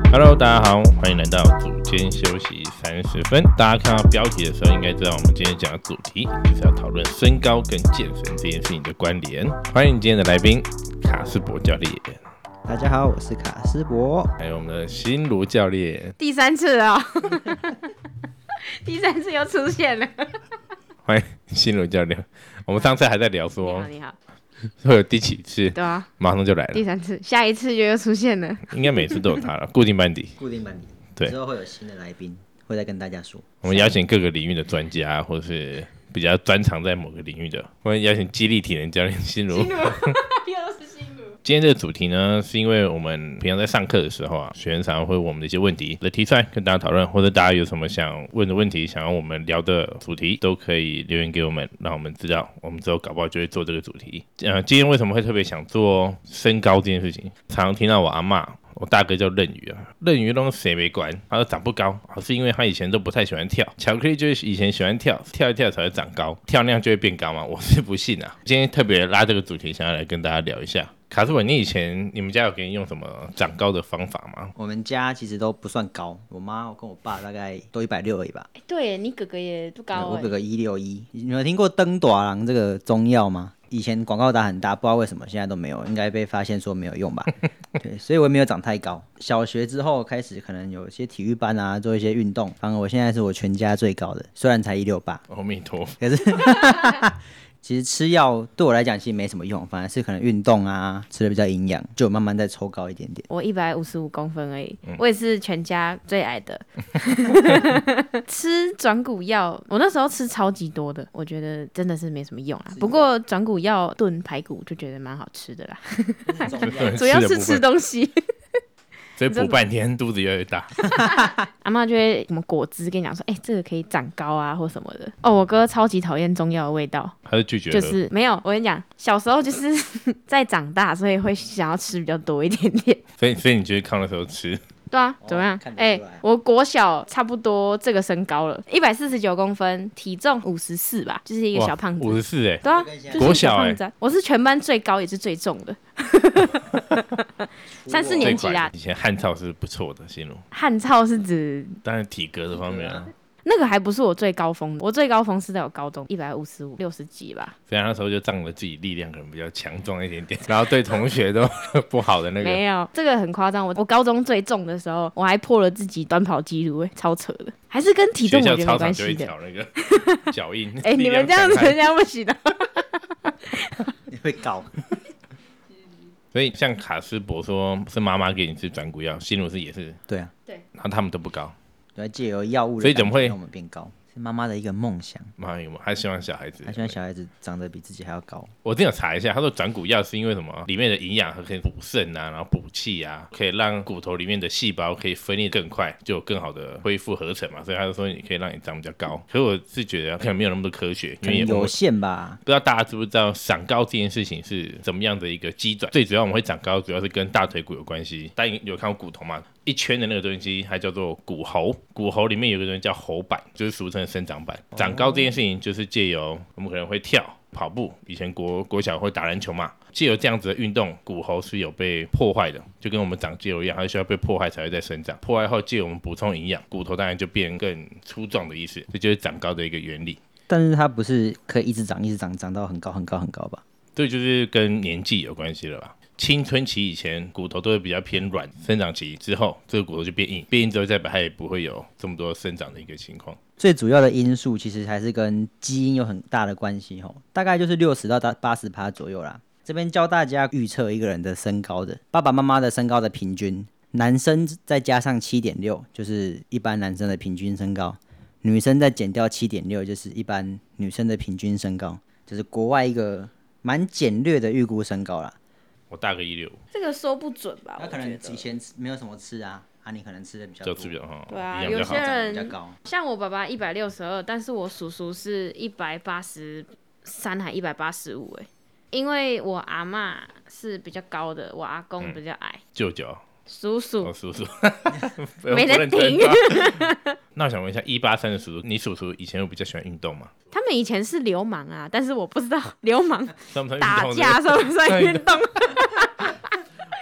Hello， 大家好，欢迎来到组间休息30分。大家看到标题的时候，应该知道我们今天讲的主题就是要讨论身高跟健身这件事情的关联。欢迎今天的来宾卡斯伯教练。 大家好，我是卡斯伯， 还有我们的新卢教练。 第3次哦，第3次又出现了。 欢迎新卢教练。我们上次还在聊说， 你好， 会有第几次？ 对啊， 马上就来了。 第3次，下一次就又出现了。 应该每次都有他了，固定班底。 固定班底。 对， 之后会有新的来宾，会再跟大家说。 我们邀请各个领域的专家，或是比较专长在某个领域的，我们邀请肌力体能教练新卢。 又是新卢。 今天这个主题呢，是因为我们平常在上课的时候啊，学员常常会问我们的一些问题，提出来跟大家讨论，或者大家有什么想问的问题，想要我们聊的主题，都可以留言给我们，让我们知道，我们之后搞不好就会做这个主题。今天为什么会特别想做身高这件事情？常常听到我阿嬷。我大哥叫任宇啊，任宇都谁没管，他说长不高，是因为他以前都不太喜欢跳，巧克力就是以前喜欢跳，跳一跳才会长高，跳那样就会变高嘛，我是不信啊。今天特别拉这个主题，想要来跟大家聊一下。卡斯伯，你们家有给你用什么长高的方法吗？ 我们家其实都不算高，我妈跟我爸大概都160而已吧。 对，你哥哥也不高。 我哥哥161。你有听过登大郎这个中药吗？以前广告打很大，不知道为什么现在都没有，应该被发现说没有用吧。对，所以我也没有长太高。小学之后开始可能有一些体育班啊，做一些运动，反而我现在是我全家最高的，虽然才168。 阿弥陀佛。 可是其实吃药对我来讲其实没什么用，反而是可能运动啊，吃的比较营养，就慢慢再抽高一点点。 我155公分而已，我也是全家最矮的。吃转骨药，我那时候吃超级多的，我觉得真的是没什么用啊。不过转骨药炖排骨就觉得蛮好吃的啦，主要是吃东西。 所以补半天肚子越来越大。 阿嬷就会什么果汁跟你讲说，这个可以长高啊或什么的。我哥超级讨厌中药的味道， 他是拒绝了， 就是没有。我跟你讲，小时候就是在长大，所以会想要吃比较多一点点。 所以你就是抗的时候吃。 对啊，怎么样？我国小差不多这个身高了，149公分，体重54吧，就是一个小胖子。 54 对啊， 国小我是全班最高也是最重的。3、4年级啦。 以前汉操是不错的，新卢。 汉操是指？ 当然体格的方面啊。 那个还不是我最高峰，我最高峰是在我高中155、60几吧。 所以那时候就仗着自己力量可能比较强壮一点点，然后对同学都不好的那个。 没有，这个很夸张。我高中最重的时候，我还破了自己短跑纪录，超扯的。还是跟体重我觉得没关系的。 学校操场就会调那个脚印。 你们这样子人家不行的。 你会高。 所以像卡斯伯说是妈妈给你吃转骨药，新卢是也是。 对啊。 对。 然后他们都不高。 对，借由药物的， 所以怎么会让我们变高？是妈妈的一个梦想。 妈有没有？还希望小孩子？ 还希望小孩子长得比自己还要高。 我真有查一下，他说转骨药是因为什么？里面的营养可以补肾啊，然后补气啊，可以让骨头里面的细胞可以分裂更快，就有更好的恢复合成嘛。所以他就说你可以让你长比较高。可是我是觉得可能没有那么多科学，因为有限吧。 不知道大家知不知道长高这件事情是怎么样的一个机转？最主要我们会长高，主要是跟大腿骨有关系。大家有看过骨头吗？一圈的那个东西还叫做骨骺，骨骺里面有个东西叫骺板，就是俗称的生长板。长高这件事情就是借由我们可能会跳、跑步，以前国小会打篮球嘛，借由这样子的运动，骨骺是有被破坏的，就跟我们长肌肉一样，它需要被破坏才会再生长。破坏后借由我们补充营养，骨头当然就变更粗壮的意思，这就是长高的一个原理。 但是它不是可以一直长、一直长，长到很高、很高、很高吧？ 对，就是跟年纪有关系了吧。青春期以前骨头都会比较偏软，生长期之后这个骨头就变硬，变硬之后再它也不会有这么多生长的一个情况。 最主要的因素其实还是跟基因有很大的关系，大概就是60%到80%左右啦。这边教大家预测一个人的身高的，爸爸妈妈的身高的平均，男生再加上 7.6 就是一般男生的平均身高，女生再减掉 7.6 就是一般女生的平均身高，就是国外一个蛮简略的预估身高啦。 我大个165， 这个说不准吧？ 他可能以前没有什么吃啊，你可能吃的比较多， 就吃比较好。 对啊， 有些人比较高， 像我爸爸162，但是我叔叔是183还185因为我阿嬷是比较高的，我阿公比较矮， 舅舅。 叔叔， 叔叔， 没得顶。 那我想问一下，183的叔叔，你叔叔以前有比较喜欢运动吗？ 他们以前是流氓啊，但是我不知道流氓算不算打架算不算运动？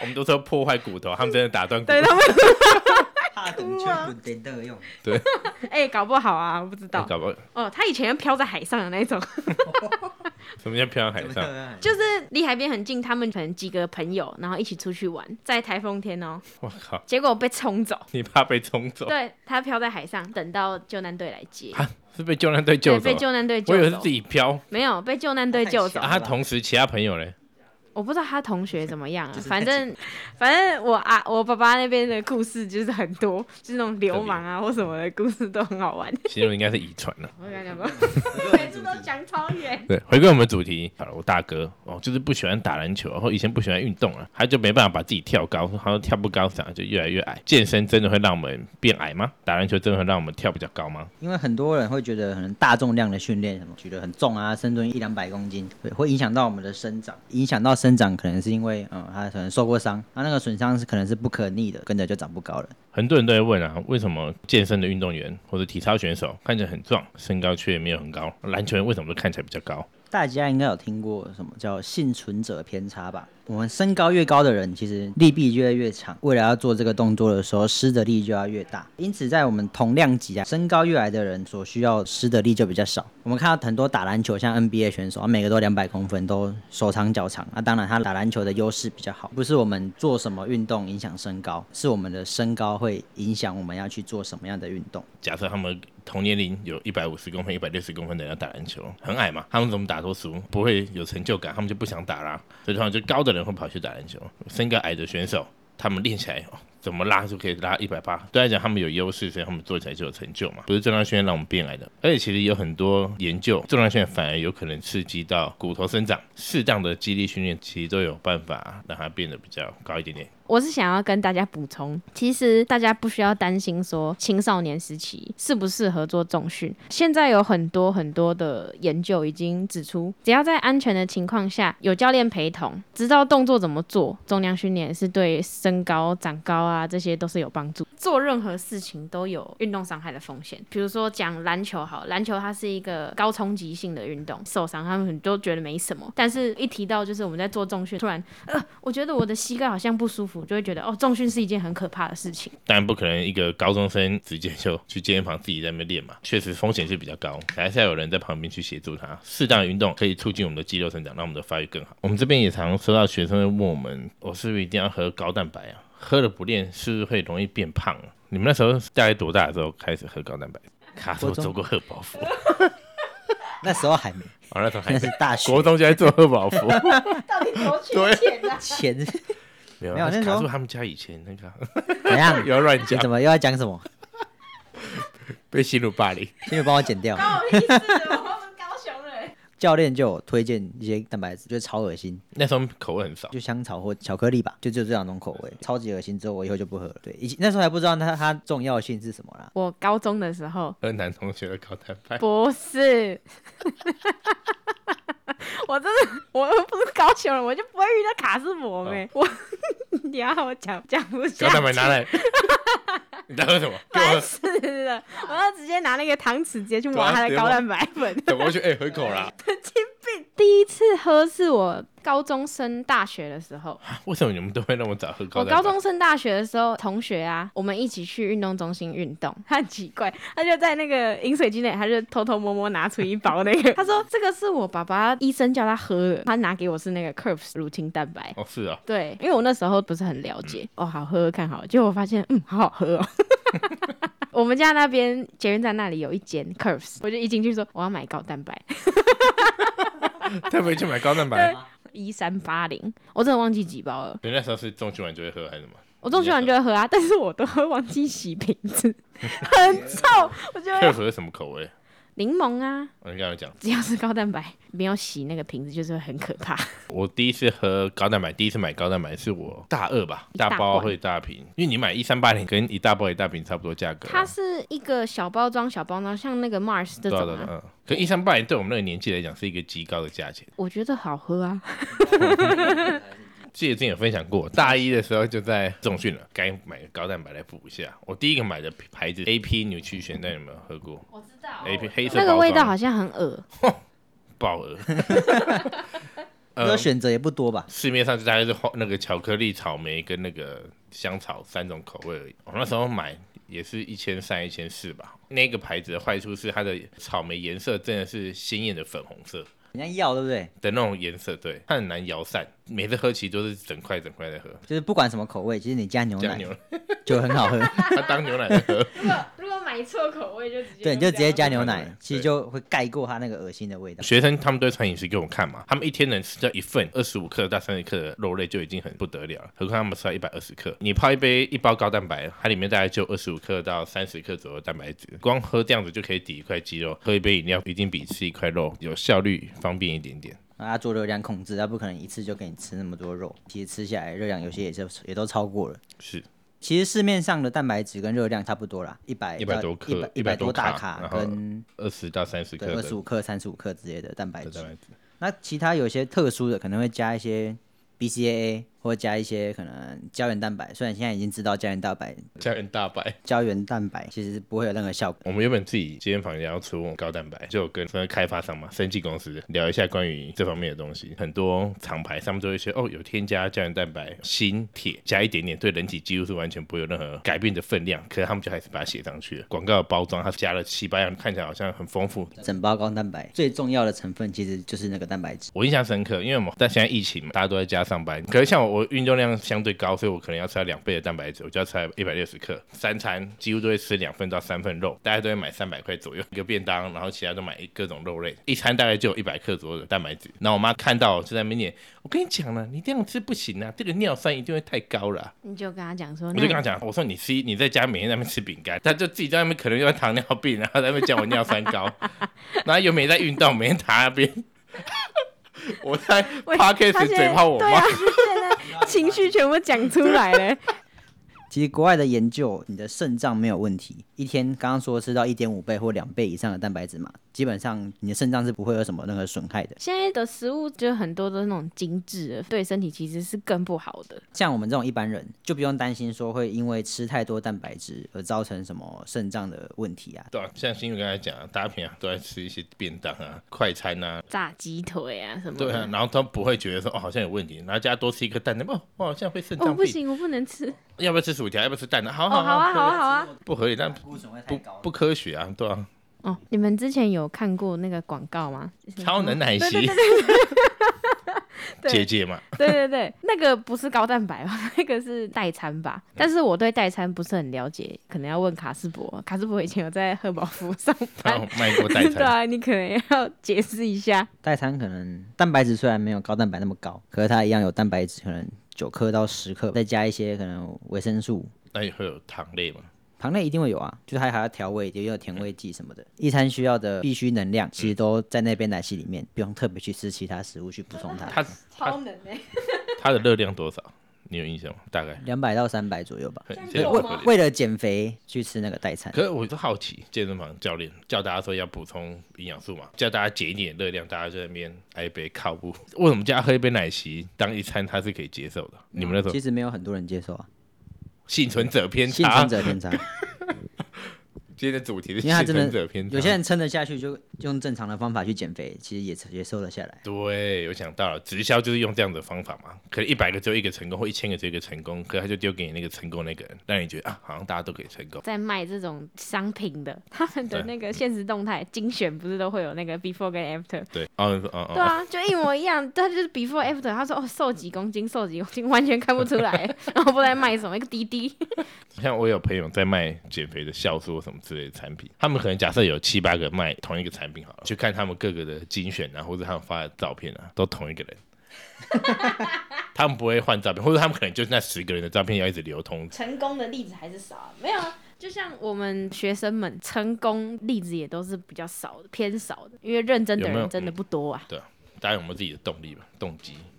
我们都说破坏骨头，他们真的打断骨头。 对他们怕等去滚点的用。 对， 搞不好啊，我不知道。 搞不好哦，他以前飘在海上的那种， 什么叫漂洋海上？ 就是离海边很近，他们可能几个朋友，然后一起出去玩，在台风天哦， 我靠， 结果被冲走。 你怕被冲走？ 对，他飘在海上，等到救难队来接。 啊，是被救难队救对， 走？ 被救难队救走。 我以为是自己飘。 没有被救难队救走。 啊，他同时其他朋友嘞？ 我不知道他同学怎么样啊，反正我爸爸那边的故事就是很多，就是那种流氓啊或什么的故事都很好玩。 其实应该是遗传了。 我跟你讲过，每次都讲超远。 对，回归我们主题，好了，我大哥就是不喜欢打篮球，然后以前不喜欢运动了，他就没办法把自己跳高，他说跳不高，反而就越来越矮。健身真的会让我们变矮吗？打篮球真的会让我们跳比较高吗？ 因为很多人会觉得可能大重量的训练，什么举得很重啊，深蹲100-200公斤，会影响到我们的生长，影响到生长可能是因为他可能受过伤，那个损伤是可能是不可逆的，跟着就长不高了。 很多人都会问啊，为什么健身的运动员或者体操选手看起来很壮，身高却没有很高，篮球员为什么都看起来比较高？ 大家应该有听过什么叫幸存者偏差吧？我们身高越高的人，其实力臂就会越长，为了要做这个动作的时候，施的力就要越大。因此，在我们同量级身高越矮的人所需要施的力就比较少。我们看到很多打篮球，像 NBA 选手，每个都200公分，都手长脚长。当然，他打篮球的优势比较好。不是我们做什么运动影响身高，是我们的身高会影响我们要去做什么样的运动。 假设他们同年龄有150公分、160公分的人要打篮球，很矮嘛，他们怎么打都输，不会有成就感，他们就不想打啦。所以通常就高的人会跑去打篮球，身高矮的选手，他们练起来怎么拉就可以拉180，对来讲他们有优势，所以他们做起来就有成就嘛。不是重量训练让我们变矮的，而且其实有很多研究，重量训练反而有可能刺激到骨头生长，适当的肌力训练其实都有办法让它变得比较高一点点。 我是想要跟大家补充，其实大家不需要担心说青少年时期适不适合做重训。现在有很多很多的研究已经指出，只要在安全的情况下，有教练陪同，知道动作怎么做，重量训练是对身高、长高啊这些都是有帮助。做任何事情都有运动伤害的风险，比如说讲篮球好，篮球它是一个高冲击性的运动，受伤他们都觉得没什么，但是一提到就是我们在做重训，突然我觉得我的膝盖好像不舒服，就会觉得重训是一件很可怕的事情。 当然不可能一个高中生直接就去健身房自己在那边练嘛，确实风险是比较高，还是要有人在旁边去协助他。适当的运动可以促进我们的肌肉生长，让我们的发育更好。我们这边也常收到学生会问我们，我是不是一定要喝高蛋白啊？喝了不练是不是会容易变胖啊？你们那时候大概多大的时候开始喝高蛋白？卡说做过贺宝福。 那时候还没， 那时候还没， 那是大学， 国中就在做贺宝福。 到底多缺钱啊？ 钱没有， 那时候卡说他们家以前那个怎样？ 不要乱讲， 怎么又要讲什么？ 被心路霸凌， 请你帮我剪掉。 关我屁事，我们高雄人。 教练就有推荐一些蛋白质，就是超恶心。 那时候口味很少， 就香草或巧克力吧，就这两种口味，超级恶心。之后我以后就不喝了。对，那时候还不知道它重要性是什么啦。 我高中的时候喝男同学的高蛋白， 不是。我真的，我不是高雄人，我就不会遇到卡斯伯妹。你要我讲不下去。 高蛋白拿来，你在喝什么？ 烦死了！我要直接拿那个汤匙直接去挖他的高蛋白粉。 怎么去？喝口啦！ 神经病！第一次喝是我高中升大学的时候。 为什么你们都会那么早喝高蛋白？ 我高中升大学的时候，同学啊，我们一起去运动中心运动。他很奇怪，他就在那个饮水机内，他就偷偷摸摸拿出一包那个。他说这个是我爸爸医生叫他喝的，他拿给我是那个 Curves 乳清蛋白。 哦，是啊。 对，因为我那时候不是很了解。好喝喝看好了，结果我发现好好喝哦。我们家那边捷运站那里有一间 Curves， 我就一进去说我要买高蛋白。 特别去买高蛋白 1380，我真的忘记几包了。 你那时候是重训完就会喝还是什么？ 我重训完就会喝啊，但是我都会忘记洗瓶子，很臭。我觉得 Curve是什么口味？ 柠檬啊， 我刚刚讲， 只要是高蛋白没有洗那个瓶子，就是会很可怕。 我第一次喝高蛋白，第一次买高蛋白是我大二吧，大包会大瓶，因为你买1380跟一大包一大瓶差不多价格。 它是一个小包装，像那个 Mars 这种啊。 可1380对我们那个年纪来讲是一个极高的价钱。 我觉得好喝啊。 记得之前有分享过，大一的时候就在重训了，该买个高蛋白来补一下。我第一个买的牌子 AP 牛曲旋蛋，有没有喝过？ 我知道 AP 黑色那个味道好像很恶， 爆恶。 这选择也不多吧？ 市面上就大概是那个巧克力、草莓跟那个香草3种口味而已。我那时候买也是1300、1400吧。那个牌子的坏处是它的草莓颜色真的是鲜艳的粉红色。 人家要对不对？ 的那种颜色，对，它很难摇散，每次喝起都是整块整块的喝， 就是不管什么口味，其实你加牛奶加牛， 就很好喝。 它当牛奶在喝。 如果买错口味就直接对，你就直接加牛对奶，其实就会盖过它那个恶心的味道。 学生他们都会传饮食给我看嘛，他们一天能吃掉一份25克到30克的肉类就已经很不得了了，何况他们吃到120克。你泡一包高蛋白，它里面大概就25克到30克左右的蛋白质，光喝这样子就可以抵一块鸡肉，喝一杯饮料一定比吃一块肉有效率、方便一点点。 它做热量控制，它不可能一次就给你吃那么多肉，其实吃下来热量有些也都超过了。 是， 其实市面上的蛋白质跟热量差不多啦 100多克 100多大卡， 卡跟 20到30克的 25克、35克之类的蛋白质。 蛋白质。 那其他有些特殊的可能会加一些 BCAA 或加一些可能胶原蛋白，虽然现在已经知道胶原蛋白其实不会有任何效果。 我们原本自己健身房也要出高蛋白，就有跟开发商嘛、生技公司聊一下关于这方面的东西。很多厂牌上面都会说，有添加胶原蛋白、锌、铁，加一点点，对人体几乎是完全不会有任何改变的分量。可是他们就还是把它写上去了。广告的包装，它加了7、8样，看起来好像很丰富。 整包高蛋白最重要的成分其实就是那个蛋白质。 我印象深刻，因为但现在疫情嘛，大家都在家上班。可是像我运动量相对高，所以我可能要吃到2倍的蛋白质，我就要吃到160克。3餐几乎都会吃2份到3份肉，大家都会买300块左右一个便当，然后其他都买各种肉类，一餐大概就有100克左右的蛋白质。然后我妈看到就在那边念，我跟你讲了，你这样吃不行啊，这个尿酸一定会太高了你就跟他讲说， 我就跟他讲，我说你在家每天在那边吃饼干，他就自己在那边可能有糖尿病，然后在那边讲我尿酸高，然后又没在运动，每天躺在那边。我在 podcast 嘴炮我妈， 对啊，现在情绪全部讲出来了。 其实国外的研究，你的肾脏没有问题，一天刚刚说吃到1.5倍或2倍以上的蛋白质嘛，基本上你的肾脏是不会有什么任何损害的。 现在的食物就很多都是那种精致的，对身体其实是更不好的。 像我们这种一般人，就不用担心说会因为吃太多蛋白质而造成什么肾脏的问题啊。 对啊，像新宇刚才讲，大家平常都在吃一些便当啊、快餐啊、 炸鸡腿啊什么的。 对啊，然后都不会觉得说好像有问题，然后加多吃一颗蛋，我好像会肾脏病。 不行，我不能吃。 要不要吃薯条？要不要吃蛋？好啊， 不合理，但不科学啊，对啊。 你们之前有看过那个广告吗？ 超能奶昔。姐姐嘛， 对，那个不是高蛋白吧？那个是代餐吧？但是我对代餐不是很了解，可能要问卡斯伯。卡斯伯以前有在贺宝福上班， 卖过代餐。 对啊，你可能要解释一下。 代餐可能蛋白质虽然没有高蛋白那么高，可是它一样有蛋白质，可能9克到10克，再加一些可能维生素。 那也会有糖类吗？ 糖类一定会有啊，就是它还要调味，也有甜味剂什么的。一餐需要的必需能量，其实都在那杯奶昔里面，不用特别去吃其他食物去补充它。 超能它的热量多少？你有印象吗？大概 200到300左右吧。 为为了减肥去吃那个代餐。 可是我就好奇，健身房教练叫大家说要补充营养素嘛，叫大家减一点热量，大家就在那边挨一杯靠步。为什么叫他喝一杯奶昔当一餐，他是可以接受的？你们那时候其实没有很多人接受啊。 幸存者偏差。 幸存者偏差。 今天的主题是因为他真的幸存者偏差， 有些人撑得下去，就用正常的方法去减肥，其实也瘦了下来。 对，我想到了，直销就是用这样的方法嘛。可能100个只有1个成功，或1000个只有1个成功，可他就丢给你那个成功那个人，让你觉得好像大家都可以成功。 在卖这种商品的，他们的那个限时动态精选不是都会有那个 before 跟 after？ 对， 对啊，就一模一样，他就是 before after。他说瘦几公斤，瘦几公斤，完全看不出来，然后不知道在卖什么，一个滴滴。 像我有朋友在卖减肥的酵素什么之类的产品，他们可能假设有7、8个卖同一个产品好了，去看他们各个的精选啊，或者他们发的照片啊，都同一个人。他们不会换照片，或者他们可能就是那10个人的照片要一直流通。 成功的例子还是少啊，没有啊。就像我们学生们成功例子也都是比较少的，偏少的，因为认真的人真的不多啊。 对啊，大家有没有自己的动力吧？动机？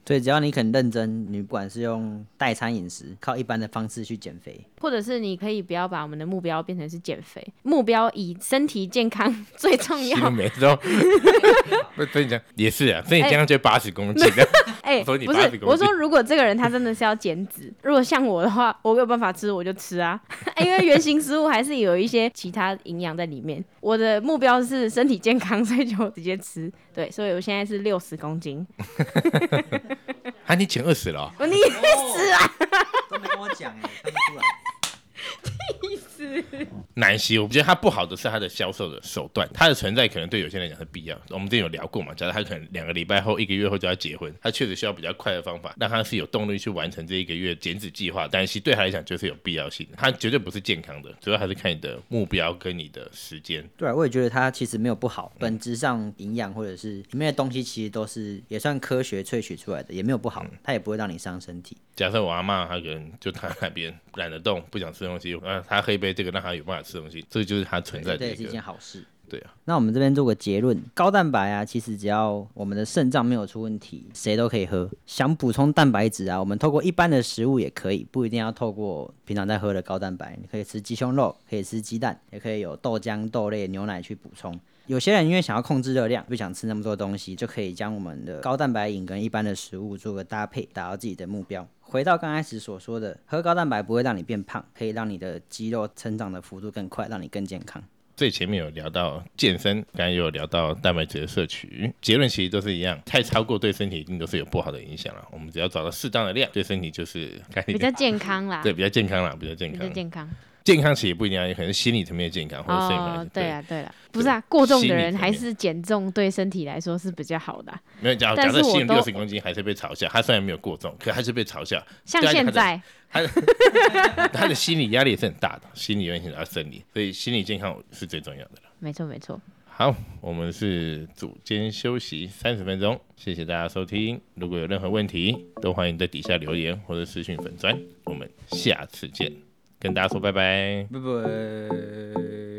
所以只要你肯认真，你不管是用代餐饮食，靠一般的方式去减肥， 或者是你可以不要把我们的目标变成是减肥，目标以身体健康最重要。 西路每次都不跟你讲也是啊，身体健康就80公斤的。 不是，我说如果这个人他真的是要减脂，如果像我的话，我有办法吃我就吃啊，因为原型食物还是有一些其他营养在里面。我的目标是身体健康，所以就直接吃。对，所以我现在是60公斤。 啊，你减20了、 你是啊， 都没跟我讲看不出来。 南希，我觉得它不好的是它的销售的手段，它的存在可能对有些人来讲是必要。我们之前有聊过嘛，假如他可能2个礼拜后、1个月后就要结婚，他确实需要比较快的方法，让他是有动力去完成这1个月减脂计划。但是对他来讲就是有必要性的，它绝对不是健康的，主要还是看你的目标跟你的时间。 对啊，我也觉得它其实没有不好，本质上营养或者是里面的东西其实都是也算科学萃取出来的，也没有不好，它也不会让你伤身体。 假设我阿嬷她可能就躺在那边懒得动，不想吃东西，她喝一杯这个让她有办法吃东西，这个就是她存在的这也是一件好事。 对啊， 那我们这边做个结论，高蛋白啊，其实只要我们的肾脏没有出问题，谁都可以喝。想补充蛋白质啊，我们透过一般的食物也可以，不一定要透过平常在喝的高蛋白。你可以吃鸡胸肉，可以吃鸡蛋，也可以有豆浆、豆类、牛奶去补充。有些人因为想要控制热量，不想吃那么多东西，就可以将我们的高蛋白饮跟一般的食物做个搭配，达到自己的目标。回到刚开始所说的，喝高蛋白不会让你变胖，可以让你的肌肉成长的幅度更快，让你更健康。 最前面有聊到健身，刚才也有聊到蛋白质的摄取，结论其实都是一样，太超过对身体一定都是有不好的影响了。我们只要找到适当的量，对身体就是比较健康啦。 对，比较健康啦，比较健康。 比较健康。 健康其实也不一定要，可能是心理层面的健康或者生理层面的。 对啊，对啊，不是啊，过重的人还是减重对身体来说是比较好的啊。 没有假设心里60公斤还是被嘲笑，他虽然没有过重，可还是被嘲笑。 像现在， 他的心理压力也是很大的，心理影响到生理，所以心理健康是最重要的了。 没错没错。 好，我们是组间休息30分钟，谢谢大家收听。如果有任何问题，都欢迎在底下留言或者私讯粉专，我们下次见。跟大家说拜拜， 拜拜。